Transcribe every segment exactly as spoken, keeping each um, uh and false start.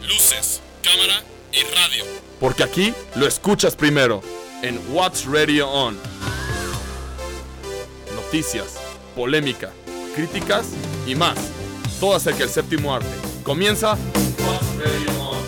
luces, cámara y radio. Porque aquí lo escuchas primero, en What's Radio On. Noticias, polémica, críticas y más. Todo acerca del séptimo arte. Comienza What's Radio On.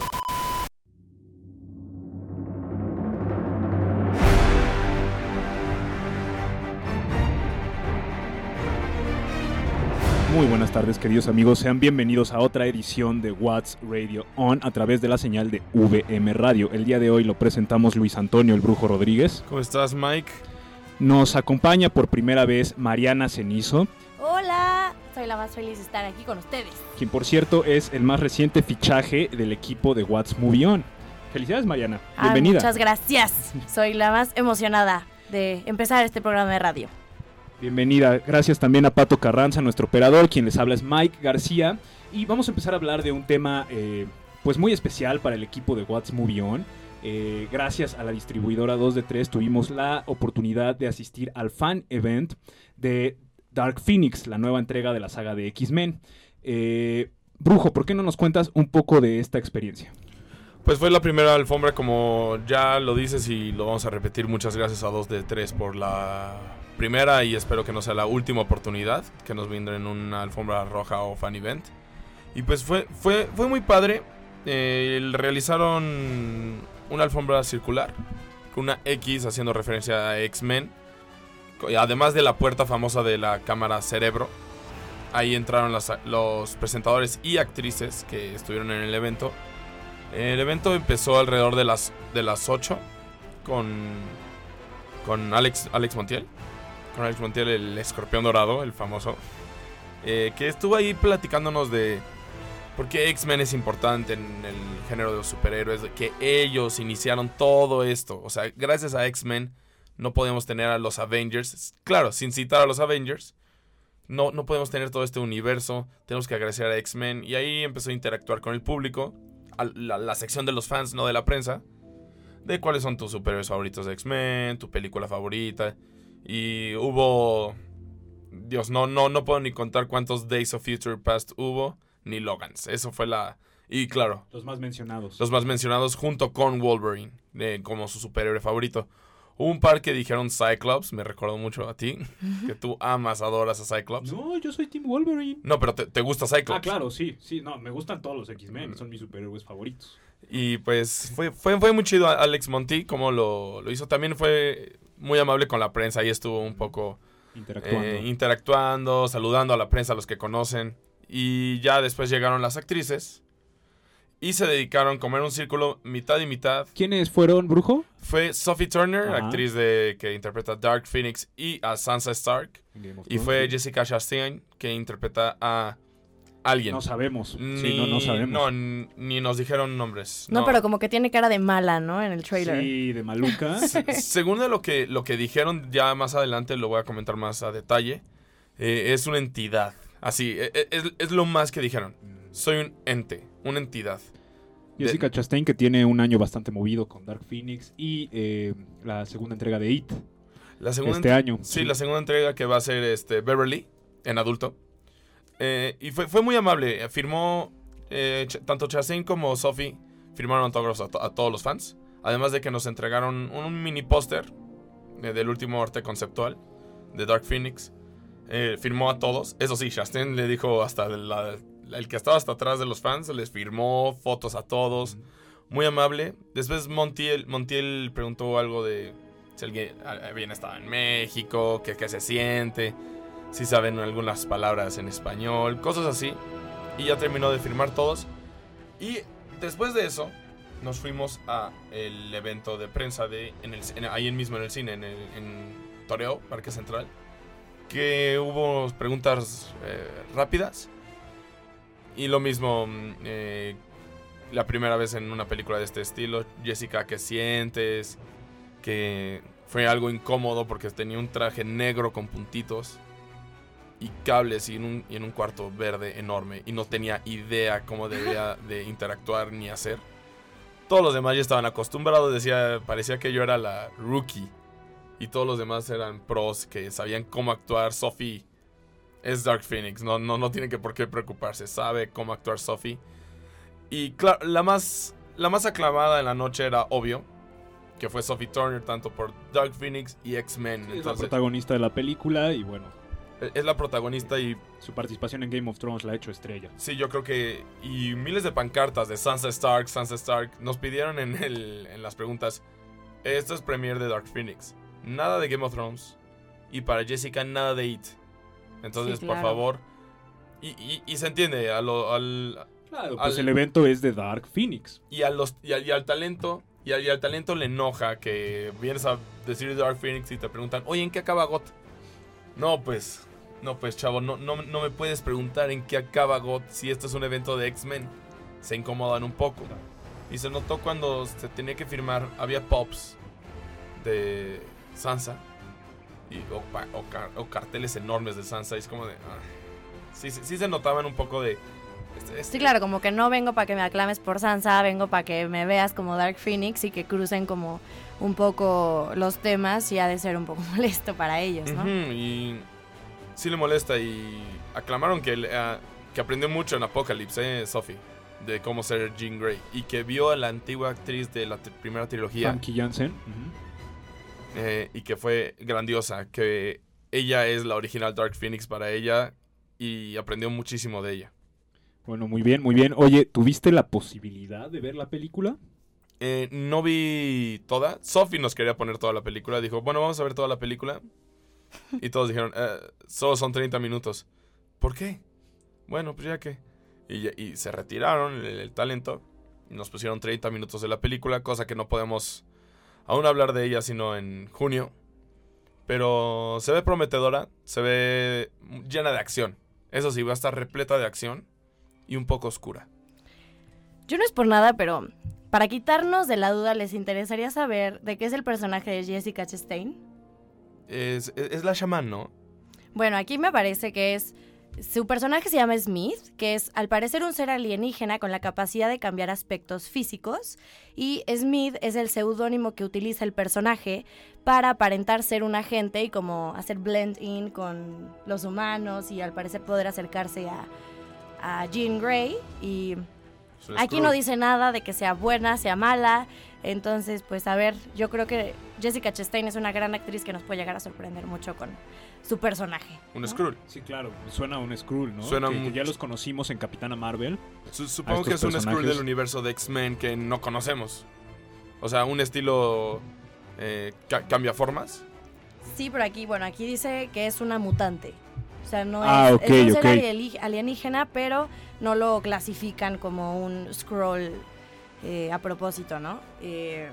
Muy buenas tardes, queridos amigos, sean bienvenidos a otra edición de What's Radio On a través de la señal de V M Radio. El día de hoy lo presentamos Luis Antonio el Brujo Rodríguez. ¿Cómo estás, Mike? Nos acompaña por primera vez Mariana Cenizo. Hola, soy la más feliz de estar aquí con ustedes. Quien, por cierto, es el más reciente fichaje del equipo de What's Movie On. Felicidades, Mariana. Bienvenida. Ah, muchas gracias. Soy la más emocionada de empezar este programa de radio. Bienvenida. Gracias también a Pato Carranza, nuestro operador. Quien les habla es Mike García. Y vamos a empezar a hablar de un tema eh, pues muy especial para el equipo de What's Movie On. Eh, gracias a la distribuidora dos de tres tuvimos la oportunidad de asistir al fan event de Dark Phoenix, la nueva entrega de la saga de X-Men. Eh, Brujo, ¿por qué no nos cuentas un poco de esta experiencia? Pues fue la primera alfombra, como ya lo dices y lo vamos a repetir. Muchas gracias a dos de tres por la primera y espero que no sea la última oportunidad que nos brindren en una alfombra roja o fan event. Y pues fue, fue, fue muy padre. Eh, realizaron una alfombra circular con una X haciendo referencia a X-Men, además de la puerta famosa de la cámara Cerebro. Ahí entraron las, los presentadores y actrices que estuvieron en el evento. El evento empezó alrededor de las, de las ocho con, con Alex, Alex Montiel. Con Alex Montiel, el escorpión dorado, el famoso. Eh, que estuvo ahí platicándonos de por qué X-Men es importante en el género de los superhéroes. Que ellos iniciaron todo esto. O sea, gracias a X-Men no podemos tener a los Avengers. Claro, sin citar a los Avengers. No, no podemos tener todo este universo. Tenemos que agradecer a X-Men. Y ahí empezó a interactuar con el público. La, la sección de los fans, no de la prensa, de cuáles son tus superhéroes favoritos de X-Men, tu película favorita. Y hubo, Dios, no, no, no puedo ni contar cuántos Days of Future Past hubo, ni Logans. Eso fue la... Y claro, los más mencionados. Los más mencionados junto con Wolverine, eh, como su superhéroe favorito. Hubo un par que dijeron Cyclops, me recordó mucho a ti, que tú amas, adoras a Cyclops. No, yo soy Team Wolverine. No, pero te, te gusta Cyclops. Ah, claro, sí, sí, no, me gustan todos los X-Men, son mis superhéroes favoritos. Y pues fue, fue, fue muy chido Alex Monti, como lo, lo hizo. También fue muy amable con la prensa, ahí estuvo un poco interactuando. Eh, interactuando, saludando a la prensa, a los que conocen. Y ya después llegaron las actrices. Y se dedicaron a comer un círculo mitad y mitad. ¿Quiénes fueron, Brujo? Fue Sophie Turner, Ajá. actriz de que interpreta a Dark Phoenix y a Sansa Stark. Y fue Jessica Chastain, que interpreta a alguien. No sabemos. Ni, sí, no, no sabemos. No, n- ni nos dijeron nombres. No, No, pero como que tiene cara de mala, ¿no? En el trailer. Sí, de maluca. Se- según de lo que, lo que dijeron, ya más adelante lo voy a comentar más a detalle. Eh, es una entidad. Así, eh, es, es lo más que dijeron. Soy un ente, una entidad. Jessica De- Chastain, que tiene un año bastante movido con Dark Phoenix y eh, la segunda entrega de It La segunda este entre- año. Sí, la segunda entrega que va a ser este Beverly, en adulto. Eh, y fue, fue muy amable. Firmó, eh, Ch- tanto Chastain como Sophie firmaron autógrafos a, to- a todos los fans. Además de que nos entregaron un mini póster eh, del último arte conceptual de Dark Phoenix. Eh, firmó a todos. Eso sí, Chastain le dijo hasta la, la- el que estaba hasta atrás de los fans, les firmó fotos a todos. Muy amable. Después Montiel, Montiel preguntó algo de si alguien había estado en México, qué, qué se siente, si saben algunas palabras en español, cosas así. Y ya terminó de firmar todos. Y después de eso, nos fuimos a el evento de prensa de en el, en, ahí mismo en el cine, en, el, en Toreo, Parque Central. Que hubo preguntas eh, rápidas. Y lo mismo, eh, la primera vez en una película de este estilo. Jessica, ¿qué sientes? Que fue algo incómodo porque tenía un traje negro con puntitos y cables y en un, y en un cuarto verde enorme. Y no tenía idea cómo debía de interactuar ni hacer. Todos los demás ya estaban acostumbrados. Decía, parecía que yo era la rookie. Y todos los demás eran pros que sabían cómo actuar. Sophie es Dark Phoenix, no, no, no tiene que por qué preocuparse, sabe cómo actuar Sophie. Y claro, la más, la más aclamada en la noche era obvio, que fue Sophie Turner, tanto por Dark Phoenix y X-Men. Sí, es la Entonces, protagonista de la película y bueno, es la protagonista y su participación en Game of Thrones la ha hecho estrella. sí, yo creo que... Y miles de pancartas de Sansa Stark, Sansa Stark. Nos pidieron en, el, en las preguntas, esto es premiere de Dark Phoenix. Nada de Game of Thrones. Y para Jessica, nada de It. Entonces, Sí, por claro. favor... Y, y, y se entiende, a lo, al, Claro, pues al- el evento es de Dark Phoenix. y, a los, y, al, y al talento... Y al, y al talento le enoja que vienes a decir Dark Phoenix y te preguntan, oye, ¿en qué acaba G O T? No, pues... No, pues, chavo, no, no, no me puedes preguntar en qué acaba G O T si esto es un evento de X-Men. Se incomodan un poco. Y se notó cuando se tenía que firmar, había pops de Sansa y, o, pa- o car- o carteles enormes de Sansa. Y es como de... ah. Sí, sí, sí se notaban un poco de... Este, este- Sí, claro, como que no vengo para que me aclames por Sansa, vengo para que me veas como Dark Phoenix y que crucen como un poco los temas y ha de ser un poco molesto para ellos, ¿no? Ujú, y sí le molesta y aclamaron que, le- ah, que aprendió mucho en Apocalypse, eh, Sophie, de cómo ser Jean Grey y que vio a la antigua actriz de la tri- primera trilogía Famke Janssen. Ujú. eh, y que fue grandiosa, que ella es la original Dark Phoenix para ella y aprendió muchísimo de ella. Bueno, muy bien, muy bien. Oye, ¿tuviste la posibilidad de ver la película? Eh, no vi toda. Sophie nos quería poner toda la película. Dijo, bueno, vamos a ver toda la película. Y todos dijeron, eh, solo son treinta minutos. ¿Por qué? Bueno, pues ya que. Y, ya- y se retiraron el, el talento. Y nos pusieron treinta minutos de la película, cosa que no podemos aún hablar de ella sino en junio. Pero se ve prometedora, se ve llena de acción. Eso sí, va a estar repleta de acción y un poco oscura. Yo no es por nada, pero para quitarnos de la duda, ¿les interesaría saber de qué es el personaje de Jessica Chastain? Es, es, es la chamán, ¿no? Bueno, aquí me parece que es... Su personaje se llama Smith, que es al parecer un ser alienígena con la capacidad de cambiar aspectos físicos, y Smith es el seudónimo que utiliza el personaje para aparentar ser un agente y como hacer blend in con los humanos y al parecer poder acercarse a, a Jean Grey. Y Es un aquí Skrull. no dice nada de que sea buena, sea mala. Entonces, pues a ver, yo creo que Jessica Chastain es una gran actriz que nos puede llegar a sorprender mucho con su personaje. Un ¿no? Skrull. Sí, claro. Suena a un Skrull, ¿no? Suena que, que mucho. ya los conocimos en Capitana Marvel. Su- Supongo estos que es un Skrull personajes. del universo de X-Men que no conocemos. O sea, un estilo eh, ca- cambia formas. Sí, pero aquí, bueno, aquí dice que es una mutante. O sea, no Ah, es, ok, es un ser ok. alieli- alienígena, pero no lo clasifican como un Skrull eh, a propósito, ¿no? Eh,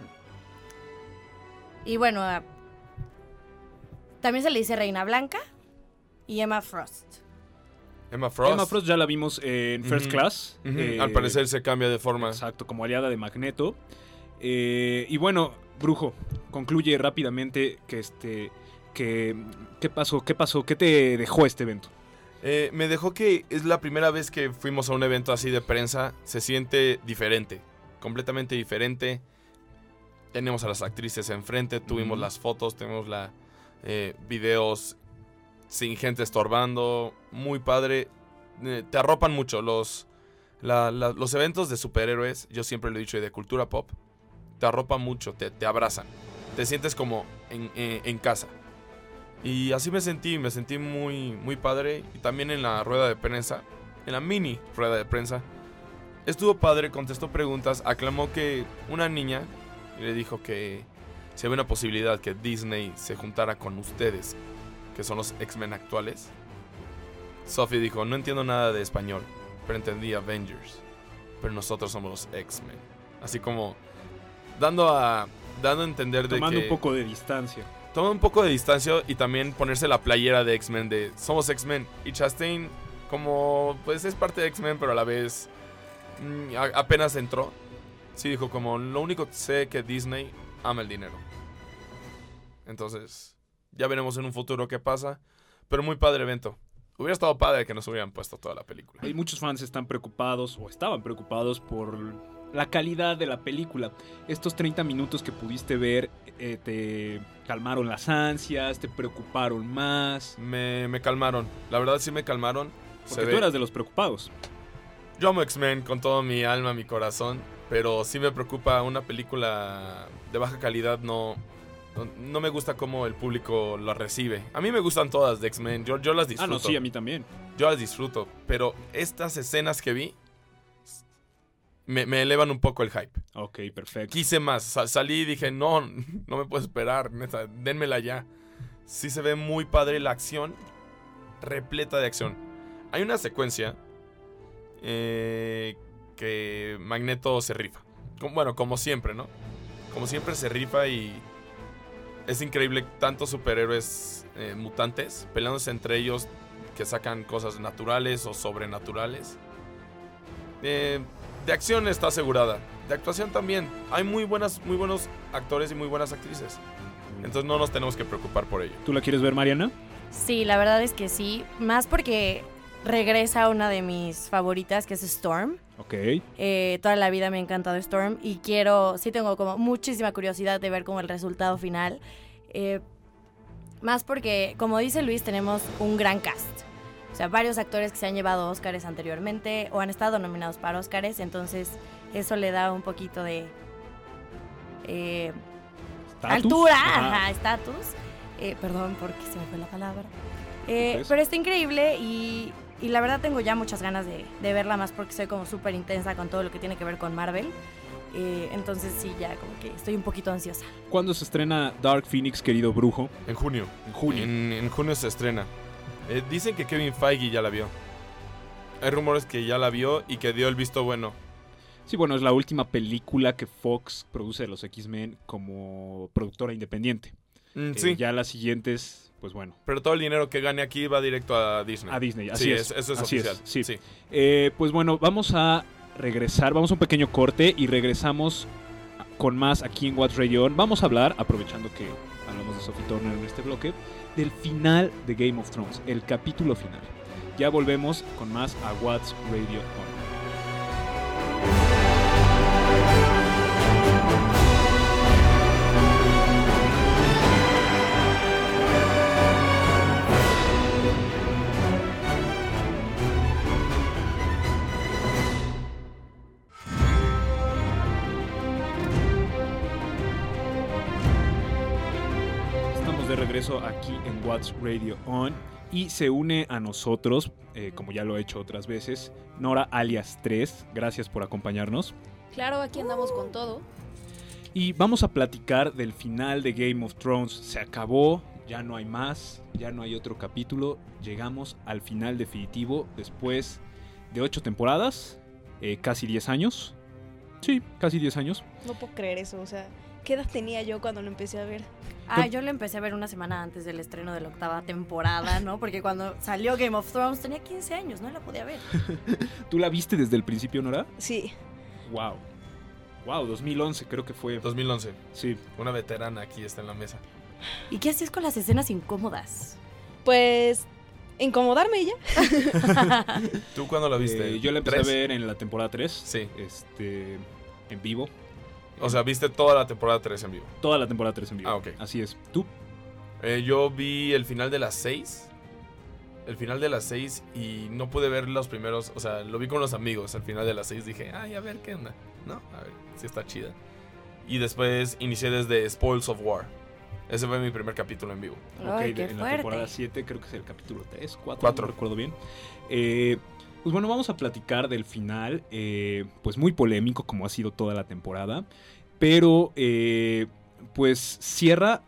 y bueno, ah, también se le dice Reina Blanca y Emma Frost. Emma Frost. Emma Frost ya la vimos en First Ujú. Class. Ujú, eh, Al parecer se cambia de forma. Exacto, como aliada de Magneto. Eh, y bueno, Brujo, concluye rápidamente que este... Que, ¿Qué pasó? ¿Qué pasó? ¿Qué te dejó este evento? Eh, me dejó que es la primera vez que fuimos a un evento así de prensa. Se siente diferente. Completamente diferente. Tenemos a las actrices enfrente. Tuvimos Ujú. las fotos. Tenemos la eh, videos sin gente estorbando. Muy padre. Eh, te arropan mucho. Los, la- la- los eventos de superhéroes, yo siempre lo he dicho, y de cultura pop, te arropan mucho. Te, te abrazan. Te sientes como en, en- en casa. Y así me sentí, me sentí muy, muy padre. Y también en la rueda de prensa, en la mini rueda de prensa, estuvo padre, contestó preguntas, aclamó que una niña le dijo que si había una posibilidad que Disney se juntara con ustedes, que son los X-Men actuales. Sophie dijo, no entiendo nada de español, pero entendí Avengers, pero nosotros somos los X-Men. Así como dando a, dando a entender de Tomando que... un poco de distancia. Toma un poco de distancia y también ponerse la playera de X-Men de somos X-Men. Y Chastain, como pues es parte de X-Men, pero a la vez mm, a- apenas entró. Sí dijo como lo único que sé que Disney ama el dinero. Entonces, ya veremos en un futuro qué pasa. Pero muy padre evento. Hubiera estado padre que nos hubieran puesto toda la película. Hay muchos fans están preocupados o estaban preocupados por la calidad de la película. Estos treinta minutos que pudiste ver eh, te calmaron las ansias, te preocuparon más. Me, me calmaron. La verdad sí me calmaron. Se Porque tú ve- eras de los preocupados. Yo amo X-Men con todo mi alma, mi corazón, pero sí me preocupa una película de baja calidad, no, no, no me gusta cómo el público la recibe. A mí me gustan todas de X-Men, yo, yo las disfruto. Ah, no, sí, a mí también. Yo las disfruto, pero estas escenas que vi me, me elevan un poco el hype. Ok, perfecto. Quise más, Sa- salí y dije, no, no me puedo esperar, neta, dénmela ya. Sí se ve muy padre la acción, repleta de acción. Hay una secuencia eh, que Magneto se rifa. Como- bueno, como siempre, ¿no? Como siempre se rifa y es increíble tantos superhéroes eh, mutantes peleándose entre ellos que sacan cosas naturales o sobrenaturales. Eh, de acción está asegurada. De actuación también. Hay muy buenas, muy buenos actores y muy buenas actrices. Entonces no nos tenemos que preocupar por ello. ¿Tú la quieres ver, Mariana? Sí, la verdad es que sí. Más porque regresa una de mis favoritas, que es Storm. Ok. Eh, toda la vida me ha encantado Storm y quiero, sí tengo como muchísima curiosidad de ver como el resultado final. Eh, más porque, como dice Luis, tenemos un gran cast. O sea, varios actores que se han llevado Óscares anteriormente o han estado nominados para Óscares, entonces eso le da un poquito de eh, ¿Status? altura, Ajá. ajá, estatus. Eh, perdón porque se me fue la palabra. Eh, Entonces. pero está increíble y, y la verdad tengo ya muchas ganas de, de verla más porque soy como súper intensa con todo lo que tiene que ver con Marvel. Eh, entonces sí, ya como que estoy un poquito ansiosa. ¿Cuándo se estrena Dark Phoenix, querido brujo? En junio. En junio. En, en junio se estrena. Eh, dicen que Kevin Feige ya la vio. Hay rumores que ya la vio y que dio el visto bueno. Sí, bueno, es la última película que Fox produce de los X-Men como productora independiente. Mm, Eh, sí, Ya las siguientes, pues bueno, pero todo el dinero que gane aquí va directo a Disney. a Disney. Así sí, es. eso es así oficial. es, sí. sí. Eh, pues bueno, vamos a regresar, vamos a un pequeño corte y regresamos con más aquí en What's Radio On. Vamos a hablar, aprovechando que hablamos de Sophie Turner en este bloque, del final de Game of Thrones, el capítulo final. Ya volvemos con más a What's Radio On. Estamos de regreso aquí en What's Radio On y se une a nosotros, eh, como ya lo he hecho otras veces, Nora alias tres. Gracias por acompañarnos. Claro, aquí andamos con todo. Y vamos a platicar del final de Game of Thrones. Se acabó, ya no hay más, ya no hay otro capítulo. Llegamos al final definitivo después de ocho temporadas, eh, casi diez años. Sí, casi diez años. No puedo creer eso, o sea, ¿qué edad tenía yo cuando lo empecé a ver? Ah, yo lo empecé a ver una semana antes del estreno de la octava temporada, ¿no? Porque cuando salió Game of Thrones tenía quince años, no la podía ver. ¿Tú la viste desde el principio, Nora? Sí, Wow. Wow, dos mil once creo que fue. dos mil once. Sí. Una veterana aquí está en la mesa. ¿Y qué hacías con las escenas incómodas? pues incomodarme y ya. ¿Tú cuándo la viste? Eh, yo la empecé ¿Tres? a ver en la temporada tres. Sí. Este, en vivo. O sea, viste toda la temporada tres en vivo. Toda la temporada tres en vivo. Ah, ok. Así es. ¿Tú? Eh, yo vi el final de las seis. El final de las seis y no pude ver los primeros. O sea, lo vi con los amigos. Al final de las seis dije, ay, a ver qué onda. No, a ver si está chida. Y después inicié desde Spoils of War. Ese fue mi primer capítulo en vivo. Ay, Ok, qué en la fuerte. temporada siete creo que es el capítulo tres, cuatro, Cuatro. no recuerdo bien. Eh, pues bueno, vamos a platicar del final, eh, pues muy polémico como ha sido toda la temporada, pero eh, pues cierra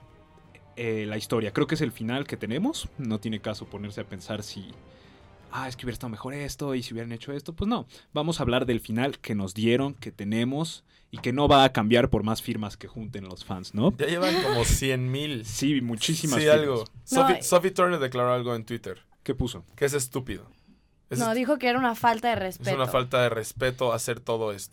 eh, la historia. Creo que es el final que tenemos, no tiene caso ponerse a pensar si, ah, es que hubiera estado mejor esto y si hubieran hecho esto, pues no. Vamos a hablar del final que nos dieron, que tenemos y que no va a cambiar por más firmas que junten los fans, ¿no? Ya llevan como cien mil. Sí, muchísimas Sí, firmas. algo. Sophie, eh. Sophie Turner declaró algo en Twitter. ¿Qué puso? Que es estúpido. Es, No, dijo que era una falta de es respeto. una falta de respeto hacer todo esto.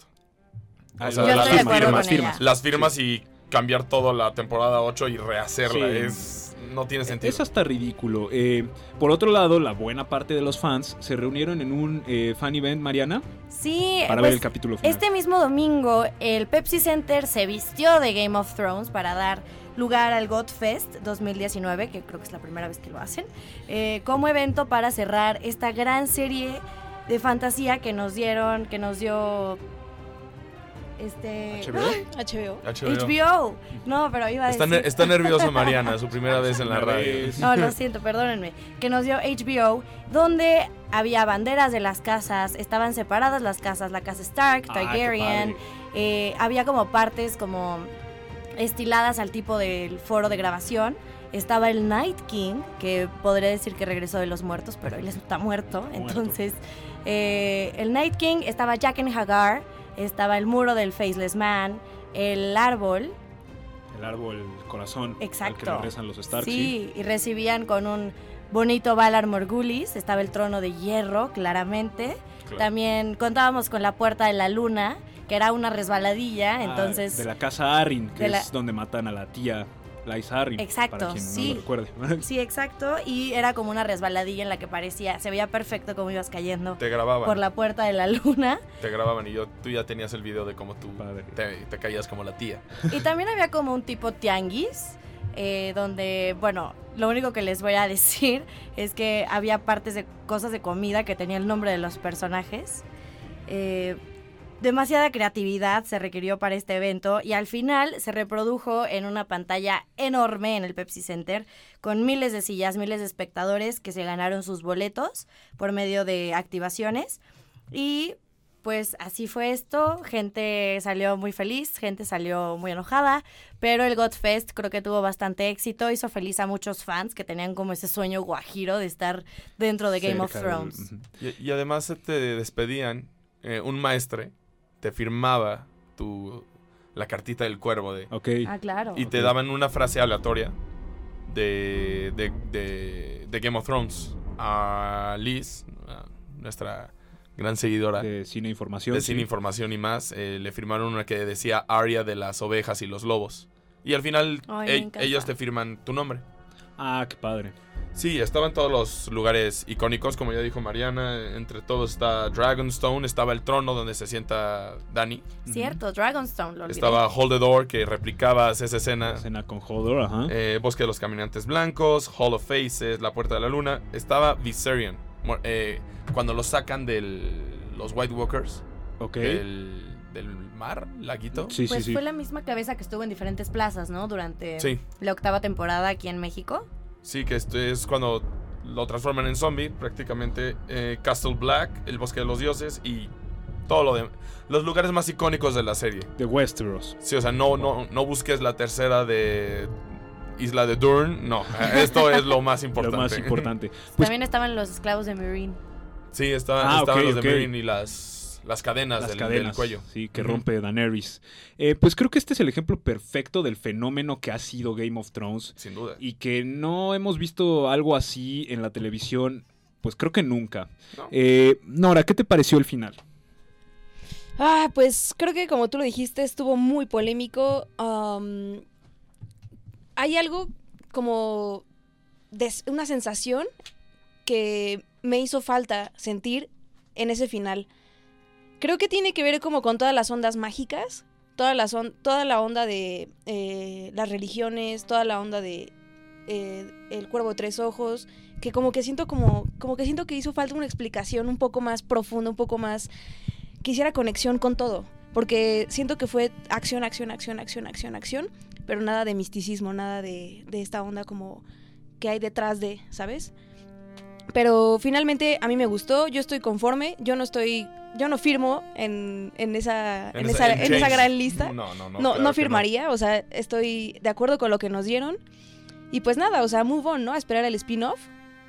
Ah, O sea, Yo las estoy de acuerdo firmas, con ella. firmas. Las firmas y cambiar toda la temporada ocho y rehacerla. Sí. Es, no tiene sentido. Es hasta ridículo. Eh, por otro lado, la buena parte de los fans se reunieron en un eh, fan event, Mariana, Sí, para pues, ver el capítulo final. este mismo domingo el Pepsi Center se vistió de Game of Thrones para dar lugar al GOTFest dos mil diecinueve, que creo que es la primera vez que lo hacen, eh, como evento para cerrar esta gran serie de fantasía que nos dieron, que nos dio este H B O. H B O. H B O. H B O. No, pero iba a Está, decir ne- está nervioso Mariana, su primera vez en la Primera radio. vez. No, lo siento, perdónenme. Que nos dio H B O, donde había banderas de las casas, estaban separadas las casas, la casa Stark, Ah, qué Targaryen, padre. eh, había como partes como estiladas al tipo del foro de grabación. Estaba el Night King, que podría decir que regresó de los muertos, pero él está muerto. Muerto. Entonces, eh, el Night King, estaba Jaqen Hagar, estaba el muro del Faceless Man, el árbol. El árbol, el corazón. Exacto. Al que le rezan los Stark. Sí, y recibían con un bonito Valar Morghulis. Estaba el trono de hierro, claramente. Claro. También contábamos con la puerta de la luna, que era una resbaladilla. Ah, entonces, de la casa Arryn, que de la- es donde matan a la tía Lysa Arryn. Exacto, para quien sí. no lo recuerde. sí, exacto. Y era como una resbaladilla en la que parecía, se veía perfecto cómo ibas cayendo Te grababan. por la puerta de la luna. Te grababan y yo, tú ya tenías el video de cómo tú Padre. te, te caías como la tía. Y también había como un tipo tianguis, eh, donde, bueno, lo único que les voy a decir es que había partes de cosas de comida que tenía el nombre de los personajes. Eh, demasiada creatividad se requirió para este evento y al final se reprodujo en una pantalla enorme en el Pepsi Center con miles de sillas, miles de espectadores que se ganaron sus boletos por medio de activaciones. Y pues así fue esto, gente salió muy feliz, gente salió muy enojada, pero el Godfest creo que tuvo bastante éxito, hizo feliz a muchos fans que tenían como ese sueño guajiro de estar dentro de Game of Cerca del- Thrones. Ujú. Y, y además se te despedían, eh, un maestre te firmaba tu, la cartita del cuervo de, Ok. Ah, claro. y te Ok. daban una frase aleatoria de, de, de, de Game of Thrones. A Liz, a nuestra gran seguidora de, De cine información. Cine sí. Información y más, eh, le firmaron una que decía Arya de las ovejas y los lobos. Y al final Ay, me e- encanta. ellos te firman tu nombre. Ah, qué padre. Sí, estaba en todos los lugares icónicos, como ya dijo Mariana. Entre todos está Dragonstone, estaba el trono donde se sienta Dany. Cierto, Dragonstone, lo olvidé. Estaba Hold the Door, que replicabas esa escena. Escena con Hodor, ajá. Eh, Bosque de los Caminantes Blancos, Hall of Faces, La Puerta de la Luna. Estaba Viserion, mu- eh, cuando lo sacan de los White Walkers, ok. del, del mar, laguito. Sí, Pues sí, sí. fue la misma cabeza que estuvo en diferentes plazas, ¿no? Durante Sí. la octava temporada aquí en México. Sí, que esto es cuando lo transforman en zombie, prácticamente. eh, Castle Black, el Bosque de los Dioses y todo lo de... Los lugares más icónicos de la serie. De Westeros. Sí, o sea, no, no, no busques la tercera de Isla de Durn. No, esto es lo más importante. Lo más importante. Pues, También estaban los esclavos de Meereen. Sí, estaba- Ah, estaban ok, los ok. de Meereen y las, las cadenas, las del, cadenas. del cuello. Sí, que Ujú. rompe Daenerys. Eh, pues creo que este es el ejemplo perfecto del fenómeno que ha sido Game of Thrones. Sin duda. Y que no hemos visto algo así en la televisión, pues creo que nunca. No. Eh, Nora, ¿qué te pareció el final? Ah, pues creo que como tú lo dijiste, estuvo muy polémico. Am, hay algo como des- una sensación que me hizo falta sentir en ese final. Creo que tiene que ver como con todas las ondas mágicas, toda la, son- toda la onda de eh, las religiones, toda la onda de eh, el cuervo de tres ojos, que como que siento como, como que siento que hizo falta una explicación un poco más profunda, un poco más que hiciera conexión con todo, porque siento que fue acción, acción, acción, acción, acción, acción, pero nada de misticismo, nada de, de esta onda como que hay detrás de, ¿sabes? Pero finalmente a mí me gustó, yo estoy conforme, yo no estoy, yo no firmo en, en esa, en esa, en esa change. gran lista. No, no, no. No, claro no que firmaría, o sea, estoy de acuerdo con lo que nos dieron. Y pues nada, o sea, move on, ¿no? A esperar el spin-off.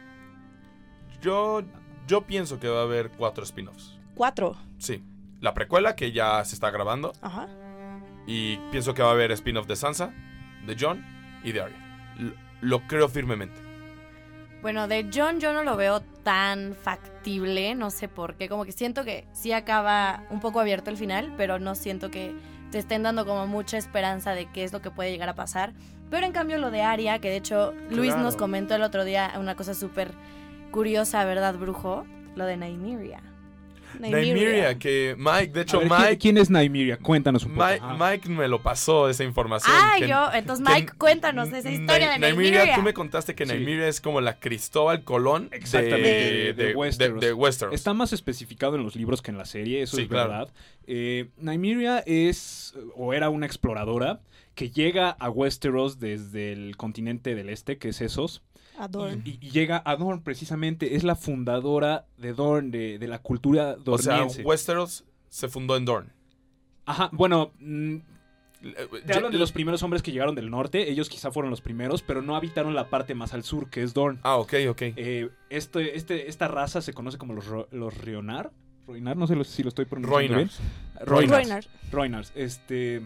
Yo, yo pienso que va a haber cuatro spin-offs. Cuatro. Sí. La precuela, que ya se está grabando. Ajá. Y pienso que va a haber spin-off de Sansa, de Jon y de Arya. L- lo creo firmemente. Bueno, de Jon yo no lo veo tan factible, no sé por qué, como que siento que sí acaba un poco abierto el final, pero no siento que te estén dando como mucha esperanza de qué es lo que puede llegar a pasar. Pero en cambio lo de Arya, que de hecho Luis Claro. nos comentó el otro día una cosa súper curiosa, ¿verdad, brujo? Lo de Nymeria. Nymeria, que Mike, de hecho A ver, ¿quién- Mike, ¿Quién es Nymeria? Cuéntanos un poco. Mike, Ajá. Mike me lo pasó esa información. Ah, que- yo. Entonces, que Mike, cuéntanos esa historia de Ny- Nymeria. Tú me contaste que Sí. Nymeria es como la Cristóbal Colón de- Exactamente, de, de de, Westeros. de Westeros. Está más especificado en los libros que en la serie, eso Sí, es claro. verdad. Eh, Nymeria es, o era una exploradora que llega a Westeros desde el continente del este, que es Essos, Adorn. y, y llega a Dorne precisamente. Es la fundadora de Dorne, de, de la cultura O sea, dorniense. Westeros se fundó en Dorne. Ajá, bueno, mm, Eh, te hablan de los primeros hombres que llegaron del norte. Ellos quizá fueron los primeros, pero no habitaron la parte más al sur, que es Dorne. Ah, ok, ok. Eh, este, este, esta raza se conoce como los, Ro- los Rionar. Roinar, no sé lo- si lo estoy pronunciando bien. Roinars. Roinars. Roinar. Roinars, este,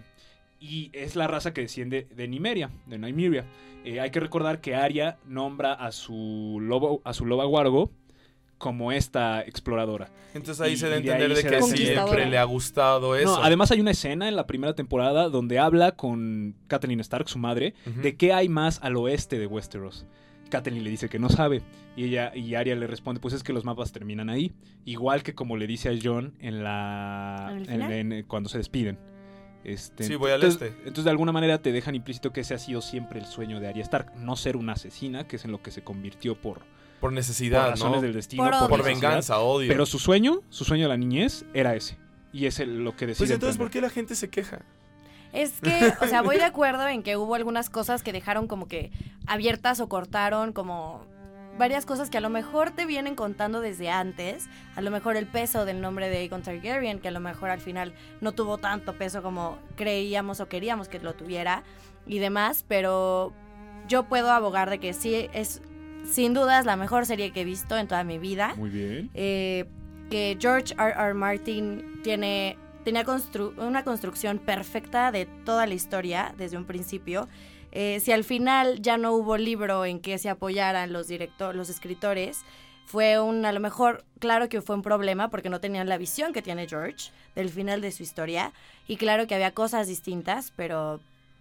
y es la raza que desciende de Nymeria, de Nymeria. Eh, hay que recordar que Arya nombra a su lobo, a su loba Wargo como esta exploradora. Entonces ahí Y- se da a y de entender ahí de se que da a siempre entender. le ha gustado eso. No, además hay una escena en la primera temporada donde habla con Catelyn Stark, su madre, Ujú. de qué hay más al oeste de Westeros. Catelyn le dice que no sabe y ella y Arya le responde, pues es que los mapas terminan ahí, igual que como le dice a Jon en la ¿En el en- final? en- cuando se despiden. Este, Sí, voy al entonces, este. Entonces, de alguna manera te dejan implícito que ese ha sido siempre el sueño de Arya Stark, no ser una asesina, que es en lo que se convirtió por, Por por necesidad, razones ¿no? del destino, Por por, Por odio. necesidad. venganza, odio. Pero su sueño, su sueño de la niñez era ese. Y es el- lo que decide. Pues entonces, ¿por emprender. qué la gente se queja? Es que, o sea, voy de acuerdo en que hubo algunas cosas que dejaron como que abiertas o cortaron como varias cosas que a lo mejor te vienen contando desde antes. A lo mejor el peso del nombre de Aegon Targaryen, que a lo mejor al final no tuvo tanto peso como creíamos o queríamos que lo tuviera y demás, pero yo puedo abogar de que sí es sin dudas la mejor serie que he visto en toda mi vida. Muy bien. Eh, que George R. R. Martin tiene tenía constru- una construcción perfecta de toda la historia desde un principio. Eh, si al final ya no hubo libro en que se apoyaran los directores, los escritores, fue un, a lo mejor, claro que fue un problema porque no tenían la visión que tiene George del final de su historia, y claro que había cosas distintas, pero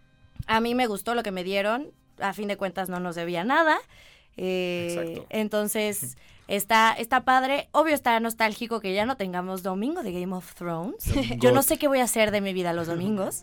a mí me gustó lo que me dieron, a fin de cuentas no nos debía nada. Eh, Exacto. entonces está, está padre, obvio está nostálgico que ya no tengamos domingo de Game of Thrones. Yo no sé qué voy a hacer de mi vida los domingos.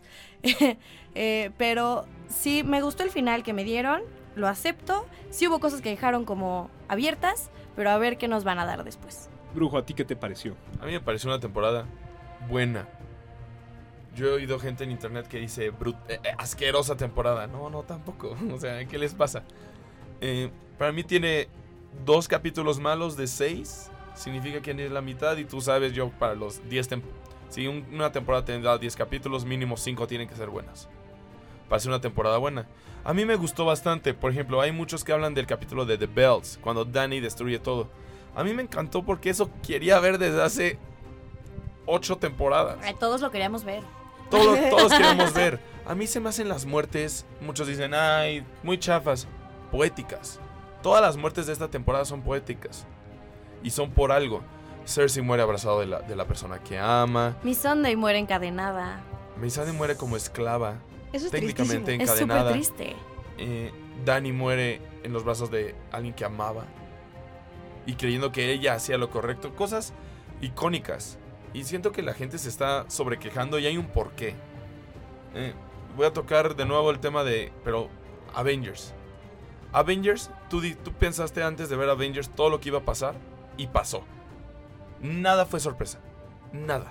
Eh, pero sí, me gustó el final que me dieron, lo acepto. Sí hubo cosas que dejaron como abiertas, pero a ver qué nos van a dar después. Brujo, ¿a ti qué te pareció? A mí me pareció una temporada buena. Yo he oído gente en internet que dice "Brut- eh, eh, asquerosa temporada". No, no, tampoco. O sea, ¿qué les pasa? Eh, para mí tiene dos capítulos malos de seis. Significa que es la mitad. Y tú sabes, yo para los diez tem- si un- una temporada tendrá diez capítulos, mínimo cinco tienen que ser buenas para ser una temporada buena. A mí me gustó bastante. Por ejemplo, hay muchos que hablan del capítulo de The Bells, cuando Dany destruye todo. A mí me encantó porque eso quería ver desde hace ocho temporadas. Ay, todos lo queríamos ver. Todo- todos queremos ver. A mí se me hacen las muertes, muchos dicen, ay, muy chafas, poéticas. Todas las muertes de esta temporada son poéticas. Y son por algo. Cersei muere abrazado de la, de la persona que ama. Mi Sunday muere encadenada. Missandei muere como esclava. Eso es Técnicamente tristísimo. Es súper encadenada. triste. Eh, Dany muere en los brazos de alguien que amaba. Y creyendo que ella hacía lo correcto. Cosas icónicas. Y siento que la gente se está sobrequejando y hay un porqué. Eh, voy a tocar de nuevo el tema de... Pero Avengers. Avengers, tú, di- tú pensaste antes de ver Avengers todo lo que iba a pasar. Y pasó. Nada fue sorpresa. Nada.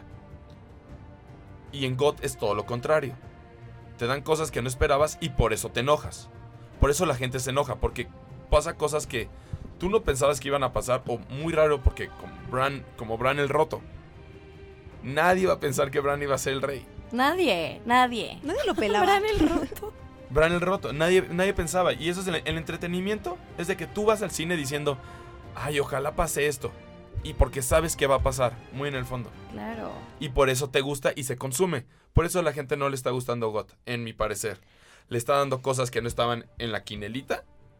Y en God es todo lo contrario. Te dan cosas que no esperabas y por eso te enojas. Por eso la gente se enoja, porque pasa cosas que tú no pensabas que iban a pasar, o muy raro porque como Bran, como Bran el Roto. Nadie iba a pensar que Bran iba a ser el rey. Nadie, nadie. Nadie lo pelaba. Bran el roto. Bran el Roto, nadie, nadie pensaba. Y eso es el, el entretenimiento, es de que tú vas al cine diciendo, ay, ojalá pase esto. Y porque sabes que va a pasar, muy en el fondo. Claro. Y por eso te gusta y se consume. Por eso a la gente no le está gustando G O T, en mi parecer. Le está dando cosas que no estaban en la quinelita.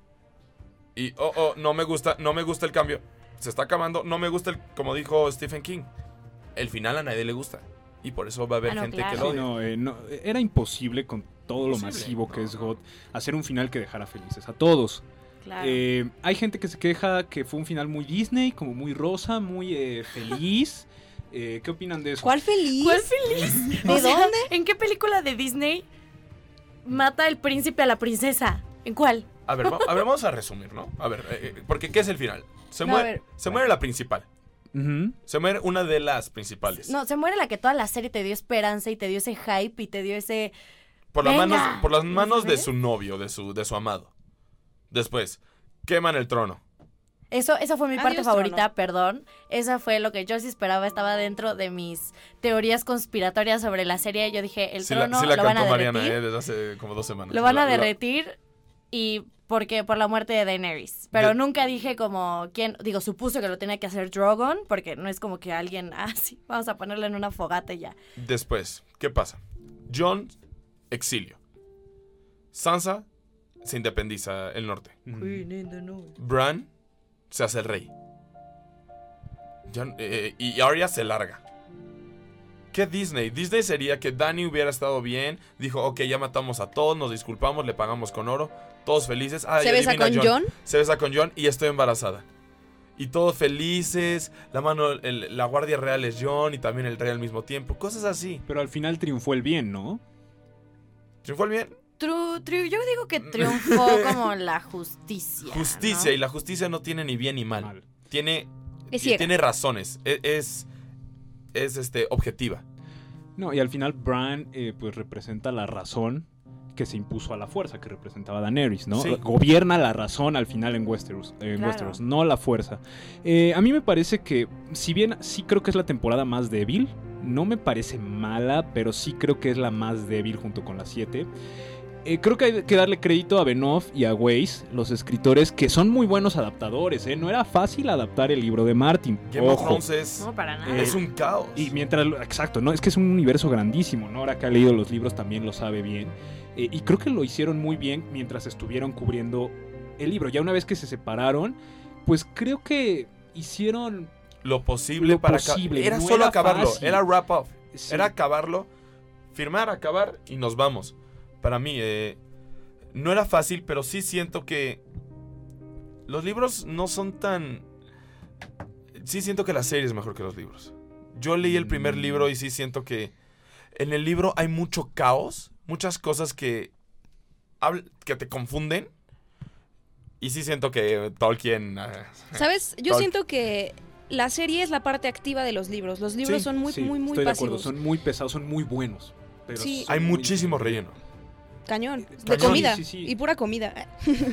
Y, oh, oh, no me gusta, no me gusta el cambio. Se está acabando, no me gusta el, como dijo Stephen King. El final a nadie le gusta. Y por eso va a haber Ah, no, gente claro. que Sí, lo odia. no, eh, no, era imposible con todo lo Imposible, masivo que no, es no. G O T hacer un final que dejara felices a todos. Claro. Eh, hay gente que se queja que fue un final muy Disney, como muy rosa, muy eh, feliz. Eh, ¿Qué opinan de eso? ¿Cuál feliz? ¿Cuál feliz? ¿De O sea, dónde? ¿en qué película de Disney mata el príncipe a la princesa? ¿En cuál? A ver, va- a ver, vamos a resumir, ¿no? A ver, eh, eh, porque ¿qué es el final? Se, No, a muere, ver. se muere la principal. Ujú. Se muere una de las principales. No, se muere la que toda la serie te dio esperanza y te dio ese hype y te dio ese... Por, las ¡Venga! manos, por las manos de ¿Sabes? su novio, de su, de su amado. Después, queman el trono. Eso, esa fue mi parte Adiós, favorita, trono. perdón. Esa fue lo que yo sí esperaba, estaba dentro de mis teorías conspiratorias sobre la serie. Yo dije, el Sí la, trono sí la lo van a cantó derretir. Mariana, eh, desde hace como dos semanas. Lo van a La- la- derretir y porque por la muerte de Daenerys. Pero De- nunca dije como quién, digo, supuse que lo tenía que hacer Drogon, porque no es como que alguien, ah, sí, vamos a ponerlo en una fogata y ya. Después, ¿qué pasa? Jon, exilio. Sansa se independiza el norte. Ujú. Bran se hace el rey. Jon- eh, y Arya se larga. ¿Qué Disney? Disney sería que Dany hubiera estado bien. Dijo, ok, ya matamos a todos, nos disculpamos, le pagamos con oro. Todos felices. Ah, ¿Se ya besa adivina con Jon? Se besa con Jon y estoy embarazada. Y todos felices. La mano, el- la guardia real es Jon y también el rey al mismo tiempo. Cosas así. Pero al final triunfó el bien, ¿no? ¿Triunfó el bien? Tru- tru- yo digo que triunfó como la justicia. Justicia. ¿no? Y la justicia no tiene ni bien ni mal. Mal. Tiene, Es ciega. tiene razones. Es, es, es, este, objetiva. No, y al final Bran eh, pues representa la razón que se impuso a la fuerza, que representaba Daenerys, ¿no? Sí. Gobierna la razón al final en Westeros, eh, en Claro. Westeros, no la fuerza. Eh, a mí me parece que, si bien sí creo que es la temporada más débil, no me parece mala, pero sí creo que es la más débil junto con las siete. Eh, creo que hay que darle crédito a Benioff y a Weiss, los escritores, que son muy buenos adaptadores, ¿eh? No era fácil adaptar el libro de Martin. Game of Ojo. Thrones es, No, para nada. Eh, es un caos. Y mientras, lo- exacto, ¿no? Es que es un universo grandísimo, ¿no? Ahora que ha leído los libros también lo sabe bien. Eh, y creo que lo hicieron muy bien mientras estuvieron cubriendo el libro. Ya una vez que se separaron, pues creo que hicieron... Lo posible Lo para aca- posible, Era no solo era acabarlo. fácil. Era wrap up. sí, Era acabarlo. Firmar, acabar y nos vamos. Para mí, eh, no era fácil, pero sí siento que los libros no son tan... Sí siento que la serie es mejor que los libros. Yo leí el primer Mm. libro y sí siento que en el libro hay mucho caos, muchas cosas que, habl- que te confunden. Y sí siento que Tolkien... eh, ¿Sabes? Yo Tol- siento que la serie es la parte activa de los libros. Los libros Sí, son muy, sí, muy, muy estoy de pasivos. acuerdo, son muy pesados, son muy buenos. Pero Sí. son hay muy- muchísimo relleno. Cañón. De Cañón. comida. Sí, sí, sí. Y pura comida.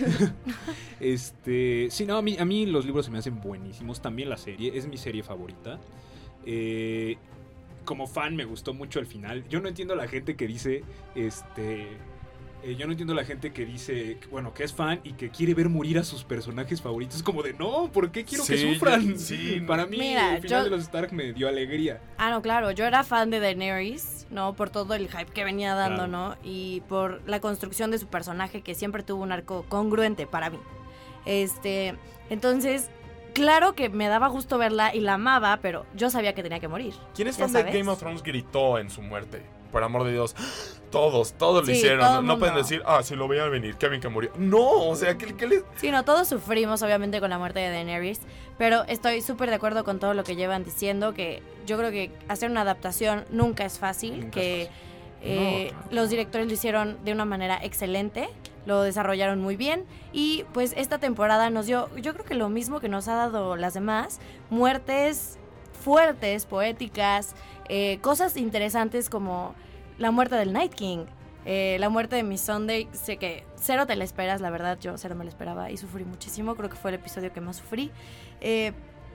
Este, sí, no, a mí, a mí los libros se me hacen buenísimos. También la serie, es mi serie favorita. Eh, como fan me gustó mucho el final. Yo no entiendo a la gente que dice, este, eh, yo no entiendo a la gente que dice, bueno, que es fan y que quiere ver morir a sus personajes favoritos. Es como de, no, ¿por qué quiero que Sí, sufran? yo- sí. Para mí Mira, el final yo- de los Stark me dio alegría. Ah, no, claro, yo era fan de Daenerys, ¿no? Por todo el hype que venía dando, Claro. ¿no? Y por la construcción de su personaje, que siempre tuvo un arco congruente para mí. Este, entonces, claro que me daba gusto verla y la amaba, pero yo sabía que tenía que morir. ¿Quién es ¿Ya fan de sabes? Game of Thrones gritó en su muerte? Por amor de Dios. Todos, todos lo Sí, hicieron. todo No, el no mundo. pueden decir, ah, si lo veían venir, Kevin que murió. No, o sea, ¿qué, qué le...? Sí, no, todos sufrimos obviamente con la muerte de Daenerys, pero estoy súper de acuerdo con todo lo que llevan diciendo, que yo creo que hacer una adaptación nunca es fácil, Nunca que es fácil. eh, No, claro. los directores lo hicieron de una manera excelente, lo desarrollaron muy bien y pues esta temporada nos dio, yo creo que lo mismo que nos ha dado las demás, muertes fuertes, poéticas, eh, cosas interesantes como la muerte del Night King. Eh, la muerte de Miss Sunday, sé que cero te la esperas, la verdad, yo cero me la esperaba y sufrí muchísimo, creo que fue el episodio que más sufrí. Eh,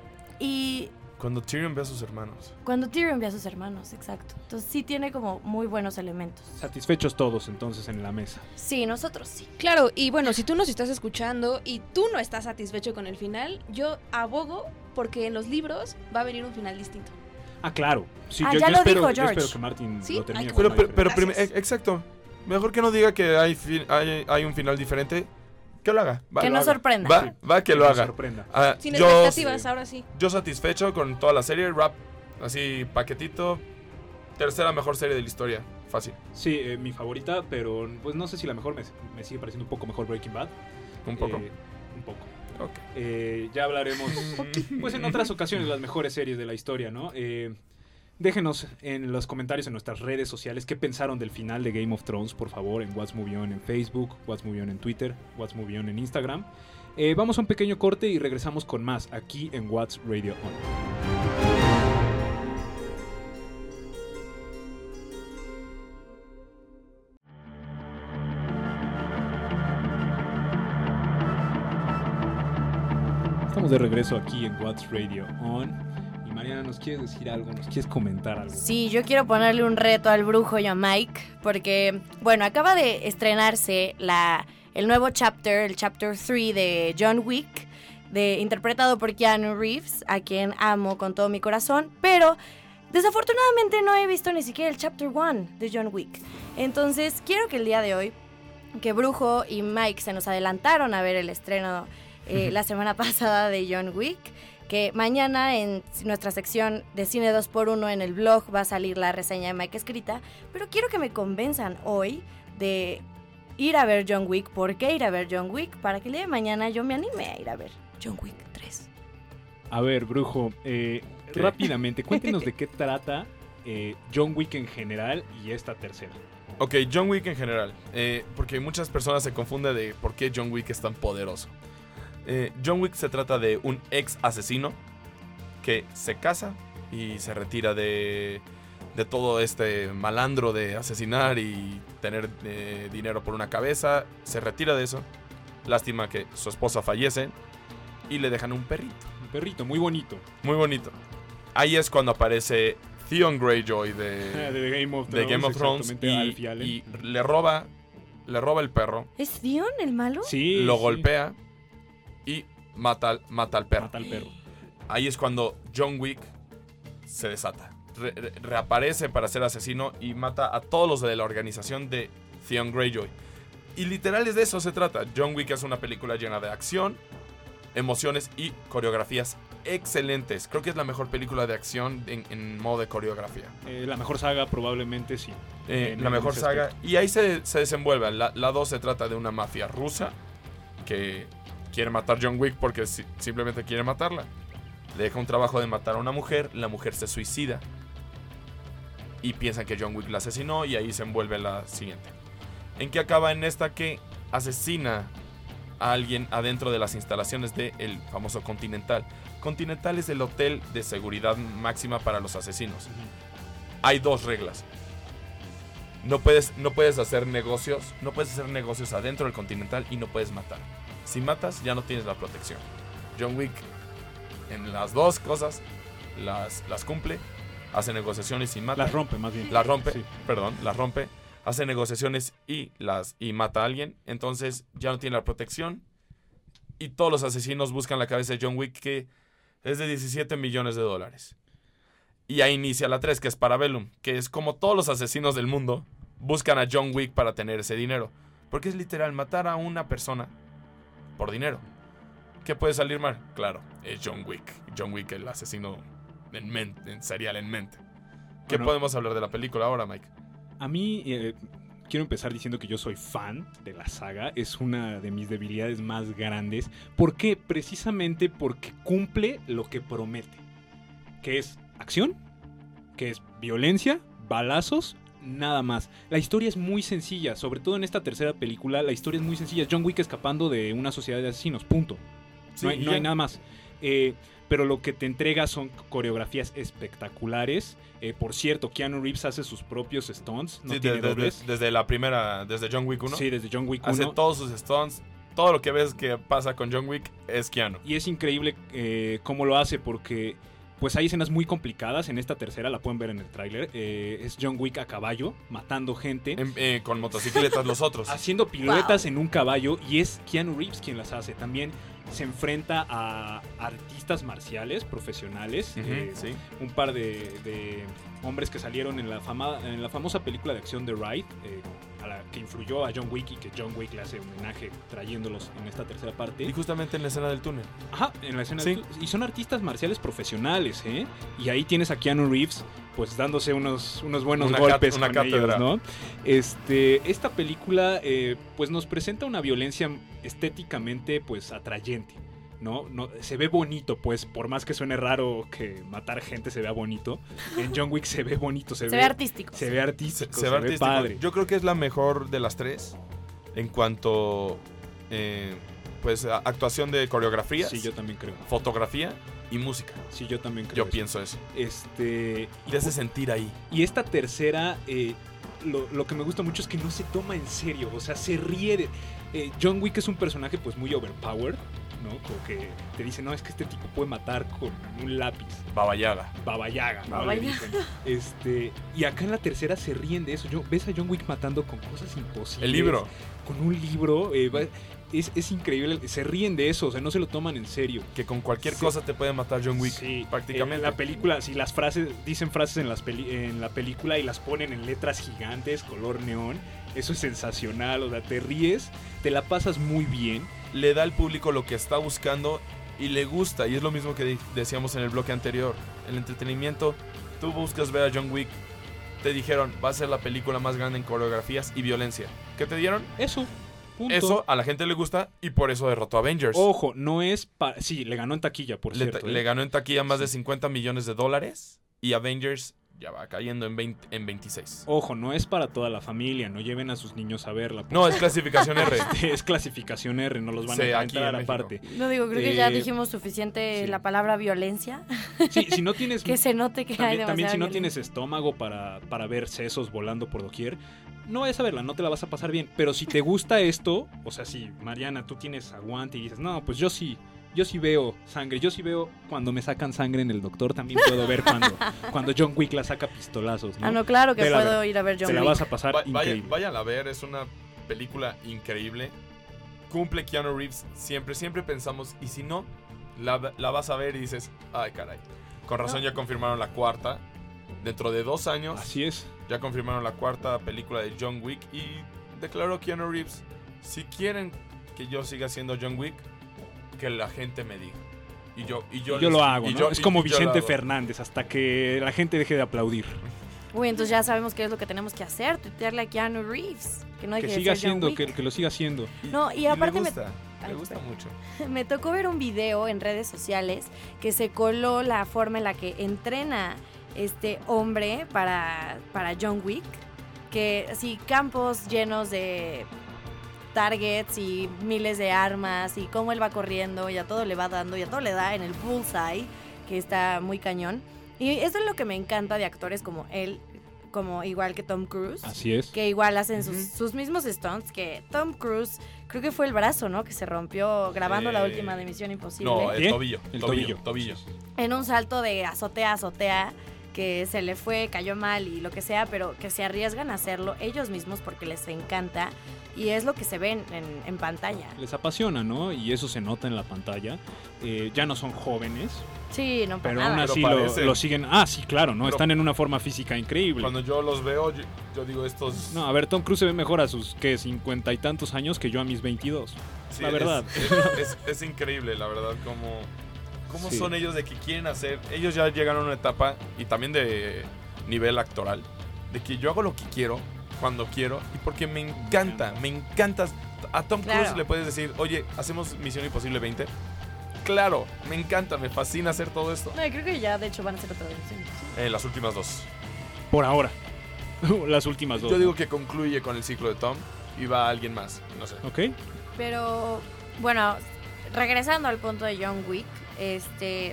y Cuando Tyrion ve a sus hermanos. cuando Tyrion ve a sus hermanos, exacto. Entonces sí tiene como muy buenos elementos. Satisfechos todos entonces en la mesa. Sí, nosotros sí. Claro, y bueno, si tú nos estás escuchando y tú no estás satisfecho con el final, yo abogo porque en los libros va a venir un final distinto. Ah, claro. Sí, Ah, yo, ya yo lo espero, dijo yo George. espero que Martin Sí, lo termine ay, con Pero, una pero, pero diferencia. prim- eh, exacto. Mejor que no diga que hay, fin- hay, hay un final diferente. Que lo haga. Va, Que lo nos haga. sorprenda. Va, va que lo nos haga. sorprenda. Ah, Sin yo, expectativas, ahora sí. yo satisfecho con toda la serie. Rap, así, paquetito. Tercera mejor serie de la historia. Fácil. Sí, eh, mi favorita, pero pues no sé si la mejor me, me sigue pareciendo un poco mejor Breaking Bad. Un poco. Eh, un poco. Ok. Eh, ya hablaremos, pues en otras ocasiones, las mejores series de la historia, ¿no? Eh, déjenos en los comentarios en nuestras redes sociales qué pensaron del final de Game of Thrones, por favor, en What's Movie On en Facebook, What's Movie On en Twitter, What's Movie On en Instagram. Eh, vamos a un pequeño corte y regresamos con más aquí en What's Radio On. Estamos de regreso aquí en What's Radio On. Y Mariana, ¿nos quieres decir algo? ¿Nos quieres comentar algo? Sí, yo quiero ponerle un reto al brujo y a Mike, porque, bueno, acaba de estrenarse la, el nuevo chapter, el chapter tres de John Wick, de, interpretado por Keanu Reeves, a quien amo con todo mi corazón, pero desafortunadamente no he visto ni siquiera el chapter uno de John Wick. Entonces, quiero que el día de hoy, que Brujo y Mike se nos adelantaron a ver el estreno eh, la semana pasada de John Wick, que mañana en nuestra sección de Cine dos por uno en el blog va a salir la reseña de Mike escrita, pero quiero que me convenzan hoy de ir a ver John Wick. ¿Por qué ir a ver John Wick? Para que el día de mañana yo me anime a ir a ver John Wick tres. A ver, Brujo, eh, rápidamente, cuéntenos de qué trata eh, John Wick en general y esta tercera. Ok, John Wick en general, eh, porque muchas personas se confunden de por qué John Wick es tan poderoso. Eh, John Wick se trata de un ex asesino que se casa y se retira de, de todo este malandro de asesinar y tener eh, dinero por una cabeza. Se retira de eso. Lástima que su esposa fallece y le dejan un perrito. Un perrito muy bonito. Muy bonito. Ahí es cuando aparece Theon Greyjoy de, de Game of de Thrones, Game of Thrones y, Alfie Allen. y le roba le roba el perro. ¿Es Theon el malo? Sí, Lo sí. golpea y mata, al- mata al perro. Mata al perro. Ahí es cuando John Wick se desata. Re- re- reaparece para ser asesino y mata a todos los de la organización de Theon Greyjoy. Y literal es de eso se trata. John Wick es una película llena de acción, emociones y coreografías excelentes. Creo que es la mejor película de acción en, en modo de coreografía. Eh, la mejor saga probablemente sí. Eh, En- la en mejor ese saga. aspecto. Y ahí se, se desenvuelve. La dos se trata de una mafia rusa que quiere matar a John Wick porque si- simplemente quiere matarla. Le deja un trabajo de matar a una mujer. La mujer se suicida. Y piensan que John Wick la asesinó. Y ahí se envuelve la siguiente. ¿En qué acaba en esta? Que asesina a alguien adentro de las instalaciones del famoso Continental. Continental es el hotel de seguridad máxima para los asesinos. Hay dos reglas. No puedes, no puedes hacer negocios, no puedes hacer negocios adentro del Continental y no puedes matar. Si matas, ya no tienes la protección. John Wick, en las dos cosas, las, las cumple, hace negociaciones y mata. Las rompe más bien. Las rompe, Sí. perdón, las rompe, hace negociaciones y las y mata a alguien. Entonces ya no tiene la protección. Y todos los asesinos buscan la cabeza de John Wick, que es de diecisiete millones de dólares. Y ahí inicia la tres, que es Parabellum, que es como todos los asesinos del mundo buscan a John Wick para tener ese dinero. Porque es literal matar a una persona por dinero. ¿Qué puede salir mal? Claro, es John Wick. John Wick, el asesino en mente, en serial en mente. ¿Qué Bueno. podemos hablar de la película ahora, Mike? A mí, eh, quiero empezar diciendo que yo soy fan de la saga. Es una de mis debilidades más grandes. ¿Por qué? Precisamente porque cumple lo que promete. Que es acción, que es violencia, balazos, nada más. La historia es muy sencilla. Sobre todo en esta tercera película, la historia es muy sencilla. John Wick escapando de una sociedad de asesinos, punto. Sí, no hay, y no ya. hay nada más. Eh, pero lo que te entrega son coreografías espectaculares. Eh, por cierto, Keanu Reeves hace sus propios stunts. No Sí, tiene de- de- dobles. de- desde la primera, desde John Wick uno. Sí, desde John Wick Hace uno. todos sus stunts. Todo lo que ves que pasa con John Wick es Keanu. Y es increíble eh, cómo lo hace porque pues hay escenas muy complicadas. En esta tercera, la pueden ver en el tráiler. Eh, es John Wick a caballo, matando gente. En- eh, con motocicletas los otros. Haciendo piruetas en un caballo, y es Keanu Reeves quien las hace. También se enfrenta a artistas marciales profesionales, Ujú, eh, sí. un par de, de hombres que salieron en la, fama, en la famosa película de acción The Ride, eh, a la que influyó a John Wick y que John Wick le hace homenaje trayéndolos en esta tercera parte. Y justamente en la escena del túnel. Ajá, en la escena. Sí. del- Y son artistas marciales profesionales, ¿eh? Y ahí tienes a Keanu Reeves, pues dándose unos, unos buenos Una golpes cat- una con ellos, cátedra. ¿no? Este, esta película, eh, pues nos presenta una violencia estéticamente, pues atrayente. ¿no? No, se ve bonito, pues, por más que suene raro que matar gente se vea bonito, en John Wick se ve bonito, se, Se ve, ve artístico. se ve artístico, Se, se, se ve ve artístico. padre. Yo creo que es la mejor de las tres en cuanto eh, pues a- actuación de coreografías, Sí, yo también creo. fotografía y música. Sí, yo también creo. Yo eso. pienso eso. Este, Y te hace sentir ahí. y esta tercera, eh, lo, lo que me gusta mucho es que no se toma en serio, o sea, se ríe de... eh, John Wick es un personaje pues muy overpowered, ¿no? Como que te dice, no, es que este tipo puede matar con un lápiz. Baba Yaga. Baba Yaga, ¿no? Baba Le Yaga. dicen. Este, y acá en la tercera se ríen de eso. Yo, ves a John Wick matando con cosas imposibles. El libro. Con un libro. eh, va- es, es increíble. Se ríen de eso, o sea, no se lo toman en serio. Que con cualquier Sí. cosa te puede matar John Wick. Sí, prácticamente. En la película, si las frases, dicen frases en, las peli- en la película y las ponen en letras gigantes, color neón, eso es sensacional, o sea, te ríes, te la pasas muy bien. Le da al público lo que está buscando y le gusta. Y es lo mismo que de- decíamos en el bloque anterior. El entretenimiento, tú buscas ver a John Wick. Te dijeron, va a ser la película más grande en coreografías y violencia. ¿Qué te dieron? Eso, punto. Eso a la gente le gusta y por eso derrotó a Avengers. Ojo, no es para... Sí, le ganó en taquilla, por le, cierto. le ¿eh? ganó en taquilla más Sí. de cincuenta millones de dólares y Avengers ya va cayendo en, veinte, en veintiséis. Ojo, no es para toda la familia, no lleven a sus niños a verla. No, es clasificación R. Este, es clasificación R, no los van Sí, a dejar aquí entrar en México. aparte. No digo, creo que ya Eh, dijimos suficiente sí. la palabra violencia. Sí, si no tienes... Que se note que hay También, demasiada también si no violencia. tienes estómago para, para ver sesos volando por doquier, no vayas a verla, no te la vas a pasar bien. Pero si te gusta esto, o sea, si Mariana, tú tienes aguante y dices, no, pues yo sí, yo sí veo sangre, yo sí veo cuando me sacan sangre en el doctor, también puedo ver cuando, cuando John Wick la saca pistolazos, ¿no? Ah, no, claro que Vela, puedo ir a ver John te la Wick. vas a pasar Va- vaya, increíble. vayan a ver, es una película increíble. Cumple Keanu Reeves siempre, siempre pensamos, y si no, la, la vas a ver y dices, ay caray. Con razón ya confirmaron la cuarta. Dentro de dos años Así es. ya confirmaron la cuarta película de John Wick y declaró Keanu Reeves, si quieren que yo siga siendo John Wick, que la gente me diga. Y yo, y yo, Y yo les- lo hago, y ¿no? yo- es y- como y yo lo Vicente hago. Fernández, hasta que la gente deje de aplaudir. Uy, entonces ya sabemos qué es lo que tenemos que hacer, tuitearle a Keanu Reeves. Que no hay Que que, siga decir John siendo, Wick. que, que lo siga haciendo. No, y Y aparte le me- gusta, Ay, le gusta espera. mucho. Me tocó ver un video en redes sociales que se coló la forma en la que entrena este hombre para, para John Wick. Que así, campos llenos de targets y miles de armas y cómo él va corriendo y a todo le va dando y a todo le da en el bullseye, que está muy cañón. Y eso es lo que me encanta de actores como él, como igual que Tom Cruise. Así es. Que igual hacen sus, Ujú. sus mismos stunts, que Tom Cruise, creo que fue el brazo, ¿no? Que se rompió grabando la Eh, última de Misión Imposible. No, el ¿Quién? tobillo. El tobillo. tobillo. Tobillo. En un salto de azotea a azotea, que se le fue, cayó mal y lo que sea, pero que se arriesgan a hacerlo ellos mismos porque les encanta y es lo que se ve en, en- en pantalla. Les apasiona, ¿no? Y eso se nota en la pantalla. Eh, ya no son jóvenes, Sí, no para pero nada. aún Pero así lo, parecen. lo siguen. Ah, sí, claro, ¿no? Pero- Están en una forma física increíble. Cuando yo los veo, yo, yo digo estos... No, a ver, Tom Cruise se ve mejor a sus, ¿qué? cincuenta y tantos años que yo a mis veintidós. Sí, la es- verdad. Es, es- es increíble, la verdad, cómo, cómo Sí. son ellos de que quieren hacer. Ellos ya llegaron a una etapa, y también de nivel actoral, de que yo hago lo que quiero, cuando quiero, y porque me encanta, me encanta. A Tom Cruise Claro. le puedes decir, oye, ¿hacemos Misión Imposible veinte? Claro, me encanta, me fascina hacer todo esto. No, creo que ya de hecho van a ser otra vez. Sí. Eh, las últimas dos. Por ahora. Las últimas dos. Yo digo que concluye con el ciclo de Tom y va alguien más, no sé. ¿Ok? Pero bueno, regresando al punto de John Wick, este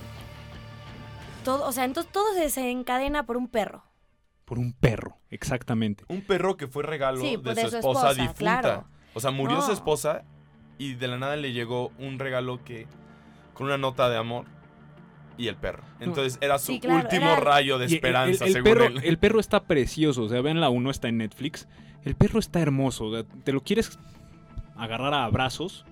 todo, o sea, entonces todo se desencadena por un perro. Por un perro, exactamente. Un perro que fue regalo Sí, de, pues, su esposa, difunta. claro. O sea, murió No. su esposa y de la nada le llegó un regalo que con una nota de amor y el perro. Entonces era su Sí, claro, último era- rayo de Y el- esperanza, el, el según perro, él. el perro está precioso, o sea, ven la uno, está en Netflix. El perro está hermoso, o sea, te lo quieres agarrar a abrazos.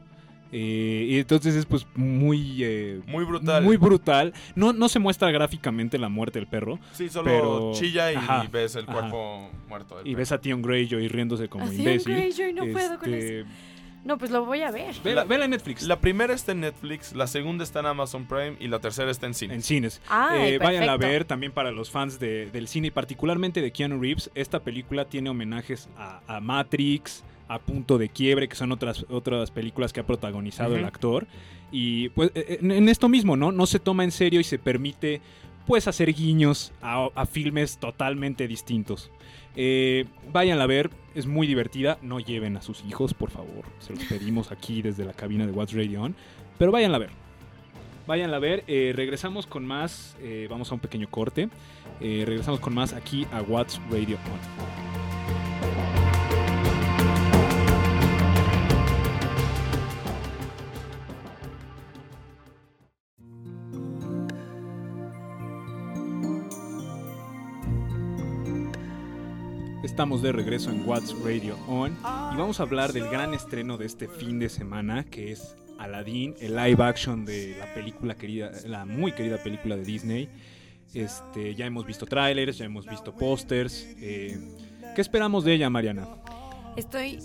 eh, y entonces es pues muy... eh, Muy brutal. Muy brutal. No, no se muestra gráficamente la muerte del perro. Sí, solo pero- chilla y ajá, ves el ajá. cuerpo muerto del Y perro. ves a Tion Greyjoy riéndose como Así imbécil. en Greyjoy, no puedo con Este, eso. No, pues lo voy a ver. Vela, La- vela en Netflix. La primera está en Netflix, la segunda está en Amazon Prime y la tercera está en cine. En cines. Ay, Eh, vayan a perfecto. ver también para los fans de- del cine y particularmente de Keanu Reeves. Esta película tiene homenajes a, a Matrix, A Punto de Quiebre, que son otras, otras películas que ha protagonizado uh-huh. el actor. Y pues en, en esto mismo, ¿no? No se toma en serio y se permite pues hacer guiños a, a filmes totalmente distintos. Eh, váyanla a ver, es muy divertida. No lleven a sus hijos, por favor. Se los pedimos aquí desde la cabina de What's Radio On. Pero váyanla a ver. Váyanla a ver. Eh, regresamos con más. Eh, vamos a un pequeño corte. Eh, regresamos con más aquí a What's Radio On. Estamos de regreso en What's Radio On y vamos a hablar del gran estreno de este fin de semana, que es Aladdin, el live action de la película querida, la muy querida película de Disney. Este, ya hemos visto trailers, ya hemos visto pósters. Eh, ¿Qué esperamos de ella, Mariana? Estoy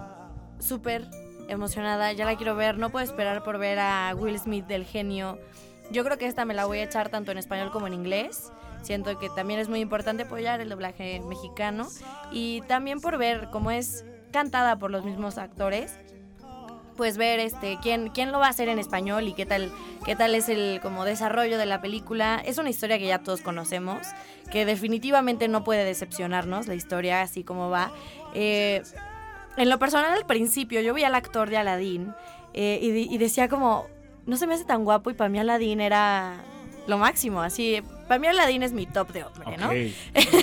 súper emocionada, ya la quiero ver. No puedo esperar por ver a Will Smith del genio. Yo creo que esta me la voy a echar tanto en español como en inglés. Siento que también es muy importante apoyar el doblaje mexicano y también por ver cómo es cantada por los mismos actores, pues ver este quién quién lo va a hacer en español y qué tal qué tal es el como desarrollo de la película. Es una historia que ya todos conocemos, que definitivamente no puede decepcionarnos la historia así como va. Eh, en lo personal al principio yo vi al actor de Aladdin eh, y, y decía como no se me hace tan guapo y para mí Aladdin era lo máximo, así, para mí Aladdin es mi top de hombre, ¿no? Okay.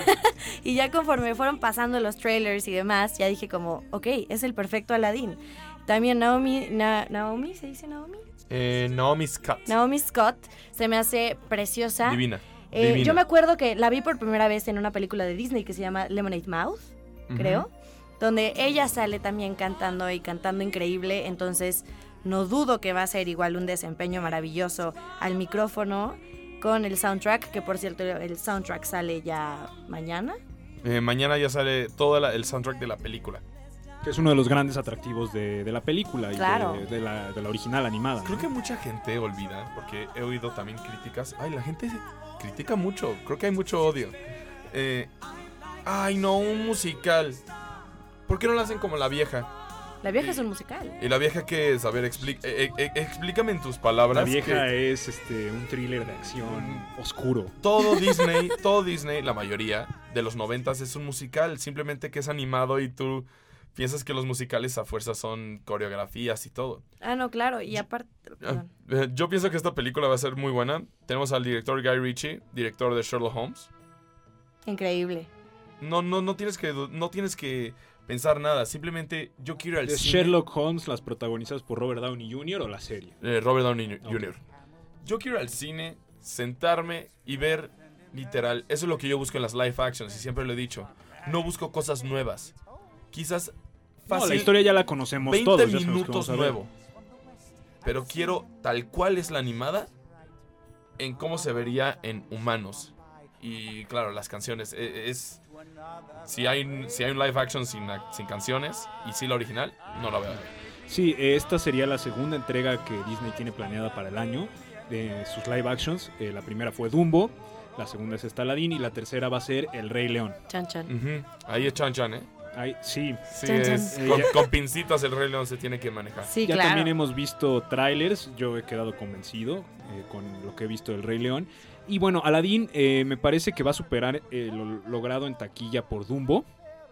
Y ya conforme fueron pasando los trailers y demás, ya dije como, ok, es el perfecto Aladdin. También Naomi, Na, Naomi, ¿se dice Naomi? Eh, Naomi Scott. Naomi Scott, se me hace preciosa. Divina. Eh, Divina. Yo me acuerdo que la vi por primera vez en una película de Disney que se llama Lemonade Mouth, uh-huh. creo, donde ella sale también cantando y cantando increíble, entonces no dudo que va a ser igual un desempeño maravilloso al micrófono con el soundtrack, que por cierto el soundtrack sale ya mañana. Eh, mañana ya sale todo la, el soundtrack de la película. Que es uno de los grandes atractivos de, de la película claro. y de, de, la, de la original animada. Creo ¿no? que mucha gente olvida, porque he oído también críticas. Ay, la gente critica mucho, creo que hay mucho odio. Eh, ay, no, un musical. ¿Por qué no lo hacen como La Vieja? La Vieja es un musical. ¿Y La Vieja qué es? A ver, explica, eh, eh, explícame en tus palabras. La Vieja que es este un thriller de acción oscuro. Todo Disney, todo Disney, la mayoría de los noventas es un musical, simplemente que es animado y tú piensas que los musicales a fuerza son coreografías y todo. Ah, no, claro, y aparte... Yo, yo pienso que esta película va a ser muy buena. Tenemos al director Guy Ritchie, director de Sherlock Holmes. Increíble. No, no, no tienes que, no tienes que pensar nada, simplemente yo quiero ir al ¿De cine. Sherlock Holmes, las protagonizadas por Robert Downey junior o la serie? Eh, Robert Downey junior Okay. Yo quiero ir al cine, sentarme y ver literal. Eso es lo que yo busco en las live actions y siempre lo he dicho. No busco cosas nuevas. Quizás fácil. No, la historia ya la conocemos veinte todos. veinte minutos nuevo. Pero quiero tal cual es la animada en cómo se vería en humanos. Y claro, las canciones es, es si hay si hay un live action sin, sin canciones y si la original, no la voy a ver. Sí, esta sería la segunda entrega que Disney tiene planeada para el año de sus live actions. Eh, la primera fue Dumbo, la segunda es esta Aladdin y la tercera va a ser El Rey León. Chan Chan. Uh-huh. Ahí es Chan Chan, ¿eh? Ahí, sí. Sí, Chan, es, chan. con, con pincitas el Rey León se tiene que manejar. Sí, ya claro. también hemos visto trailers, yo he quedado convencido eh, con lo que he visto del Rey León. Y bueno, Aladdin eh, me parece que va a superar eh, lo logrado en taquilla por Dumbo.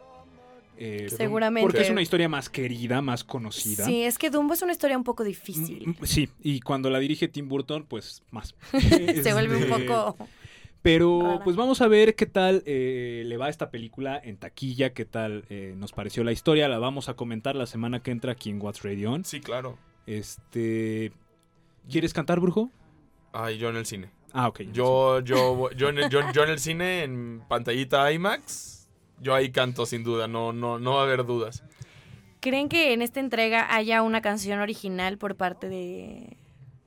Eh, Seguramente. Porque es una historia más querida, más conocida. Sí, es que Dumbo es una historia un poco difícil. Mm, sí, y cuando la dirige Tim Burton, pues más. Se vuelve un poco... Pero rara. pues vamos a ver qué tal eh, le va a esta película en taquilla, qué tal eh, nos pareció la historia. La vamos a comentar la semana que entra aquí en What's Radio On. Sí, claro. Este, ¿quieres cantar, Brujo? Ay, yo en el cine. Ah, ok. Yo, yo, yo, en el, yo, yo en el cine, en pantallita IMAX, yo ahí canto sin duda, no, no, no va a haber dudas. ¿Creen que en esta entrega haya una canción original por parte de...?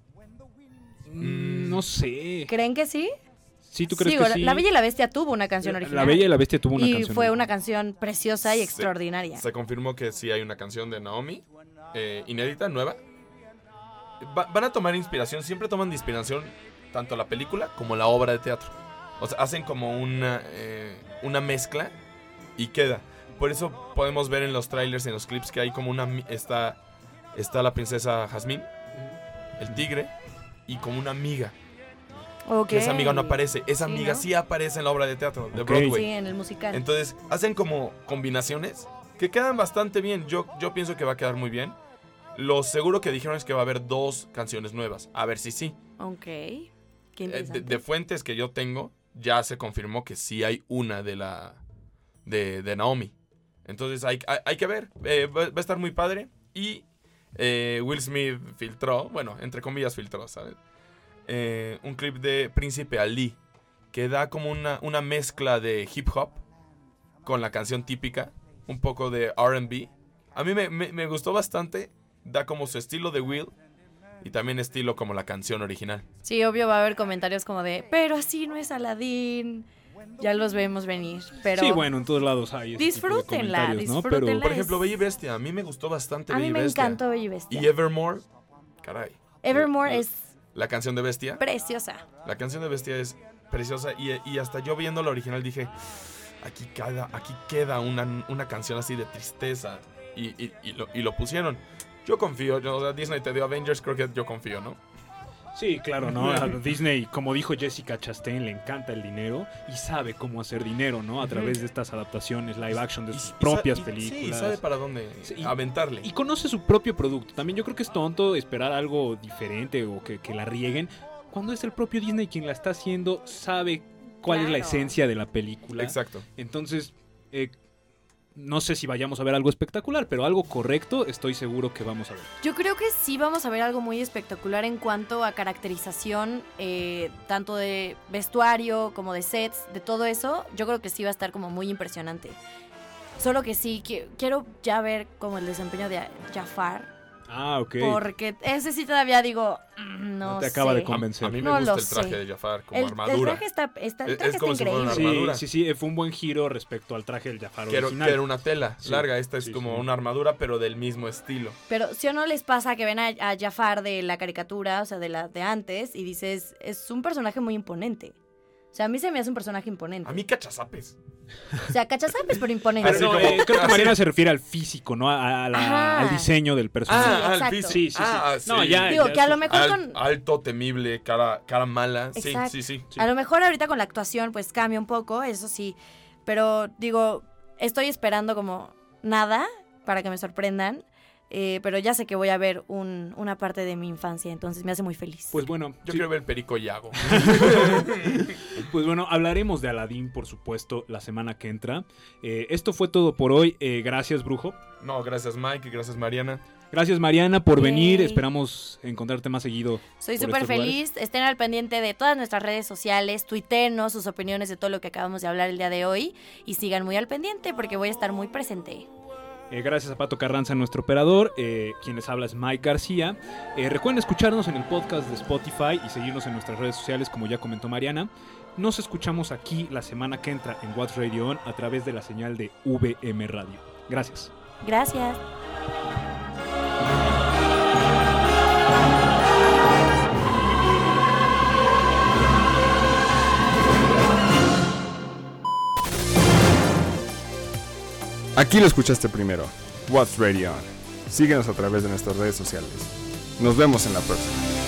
Mm, no sé. ¿Creen que sí? Sí, ¿tú crees Sí, que la, sí? La Bella y la Bestia tuvo una canción original. La Bella y la Bestia tuvo una y canción. Y fue original. una canción preciosa y Se- extraordinaria. Se confirmó que sí hay una canción de Naomi, eh, inédita, nueva. Va- van a tomar inspiración, siempre toman de inspiración tanto la película como la obra de teatro. O sea, hacen como una, eh, una mezcla y queda. por eso podemos ver en los trailers, en los clips, que hay como una... Está, está la princesa Jasmine, el tigre, y como una amiga. Okay. Que esa amiga no aparece. Esa Sí, amiga ¿no? sí aparece en la obra de teatro de Ok. Broadway. Sí, en el musical. Entonces, hacen como combinaciones que quedan bastante bien. Yo, yo pienso que va a quedar muy bien. Lo seguro que dijeron es que va a haber dos canciones nuevas. A ver si sí. Ok. Qué Eh, interesante. de, de fuentes que yo tengo, ya se confirmó que sí hay una de la de, de Naomi. Entonces hay, hay, hay que ver. Eh, va, va a estar muy padre. Y eh, Will Smith filtró, bueno, entre comillas filtró, ¿sabes? Eh, un clip de Príncipe Ali que da como una, una mezcla de hip hop con la canción típica, un poco de R and B. A mí me, me, me gustó bastante. Da como su estilo de Will y también estilo como la canción original. Sí, obvio va a haber comentarios como de, pero así no es Aladdin. Ya los vemos venir. Pero Sí, bueno, en todos lados hay ese tipo de Disfrútenla, comentarios, ¿no? disfrútenla. Pero Por es- ejemplo, Bella y Bestia. A mí me gustó bastante a Bella mí y me Bestia. encantó Bella y Bestia. Y Evermore, caray. Evermore es La canción de Bestia. preciosa. La canción de Bestia es preciosa. Y, y hasta yo viendo la original dije, aquí queda, aquí queda una, una canción así de tristeza. Y, y, y, lo, y lo pusieron. Yo confío. Yo, o sea, Disney te dio Avengers, creo que yo confío, ¿no? sí, claro, ¿no? A Disney, como dijo Jessica Chastain, le encanta el dinero y sabe cómo hacer dinero, ¿no? A través de estas adaptaciones live action de Y- sus y propias sa- y- películas. Sí, sabe para dónde Sí, y- aventarle. Y conoce su propio producto. También yo creo que es tonto esperar algo diferente o que, que la rieguen. Cuando es el propio Disney quien la está haciendo, sabe cuál es la Claro. esencia de la película. Exacto. Entonces, eh, no sé si vayamos a ver algo espectacular, pero algo correcto estoy seguro que vamos a ver. Yo creo que sí vamos a ver algo muy espectacular en cuanto a caracterización, eh, tanto de vestuario como de sets, de todo eso. Yo creo que sí va a estar como muy impresionante. Solo que sí, qui- quiero ya ver como el desempeño de Jafar, Ah, ok. porque ese sí todavía digo, mm, no, No te acaba de sé. convencer. A, a mí me No gusta lo el traje sé. de Jafar como El, el armadura. traje está, está, el Es- traje es como está si fuera una increíble. Sí, armadura. sí, sí, eh, fue un buen giro respecto al traje del Jafar Que era, original. que era una tela Sí. larga. Esta es Sí, como sí. una armadura, pero del mismo estilo. Pero si o no les pasa que ven a, a Jafar de la caricatura, o sea, de la de antes, y dices, es un personaje muy imponente. O sea, a mí se me hace un personaje imponente. A mí cachazapes. O sea, cachazapes, pero imponente. Pero Así no, como- eh, creo que así. Mariana se refiere al físico, ¿no? A, a la- Ajá. al diseño del personaje. Sí, al exacto. físico. Sí, sí, sí. Ah, No, sí. ya- Digo, que a lo sí. mejor Al- con... Alto, temible, cara, cara mala. Sí, Exacto. sí, sí. Sí. A lo mejor ahorita con la actuación, pues cambia un poco, eso sí. Pero digo, estoy esperando como nada para que me sorprendan. eh, pero ya sé que voy a ver un- una parte de mi infancia, entonces me hace muy feliz. Pues bueno, Yo sí, quiero ver Perico Yago. pues bueno, hablaremos de Aladdin, por supuesto, la semana que entra. Eh, esto fue todo por hoy. Eh, gracias, Brujo. No, gracias Mike, gracias Mariana. Gracias, Mariana, por Yay. venir. Esperamos encontrarte más seguido. Soy por súper estos lugares. feliz. Estén al pendiente de todas nuestras redes sociales. Tuítenos sus opiniones de todo lo que acabamos de hablar el día de hoy. Y sigan muy al pendiente porque voy a estar muy presente. Eh, gracias a Pato Carranza, nuestro operador. Eh, quien les habla es Mike García. Eh, recuerden escucharnos en el podcast de Spotify y seguirnos en nuestras redes sociales, como ya comentó Mariana. Nos escuchamos aquí la semana que entra en What's Radio On a través de la señal de V M Radio. Gracias. Gracias. Aquí lo escuchaste primero. What's Radio On. Síguenos a través de nuestras redes sociales. Nos vemos en la próxima.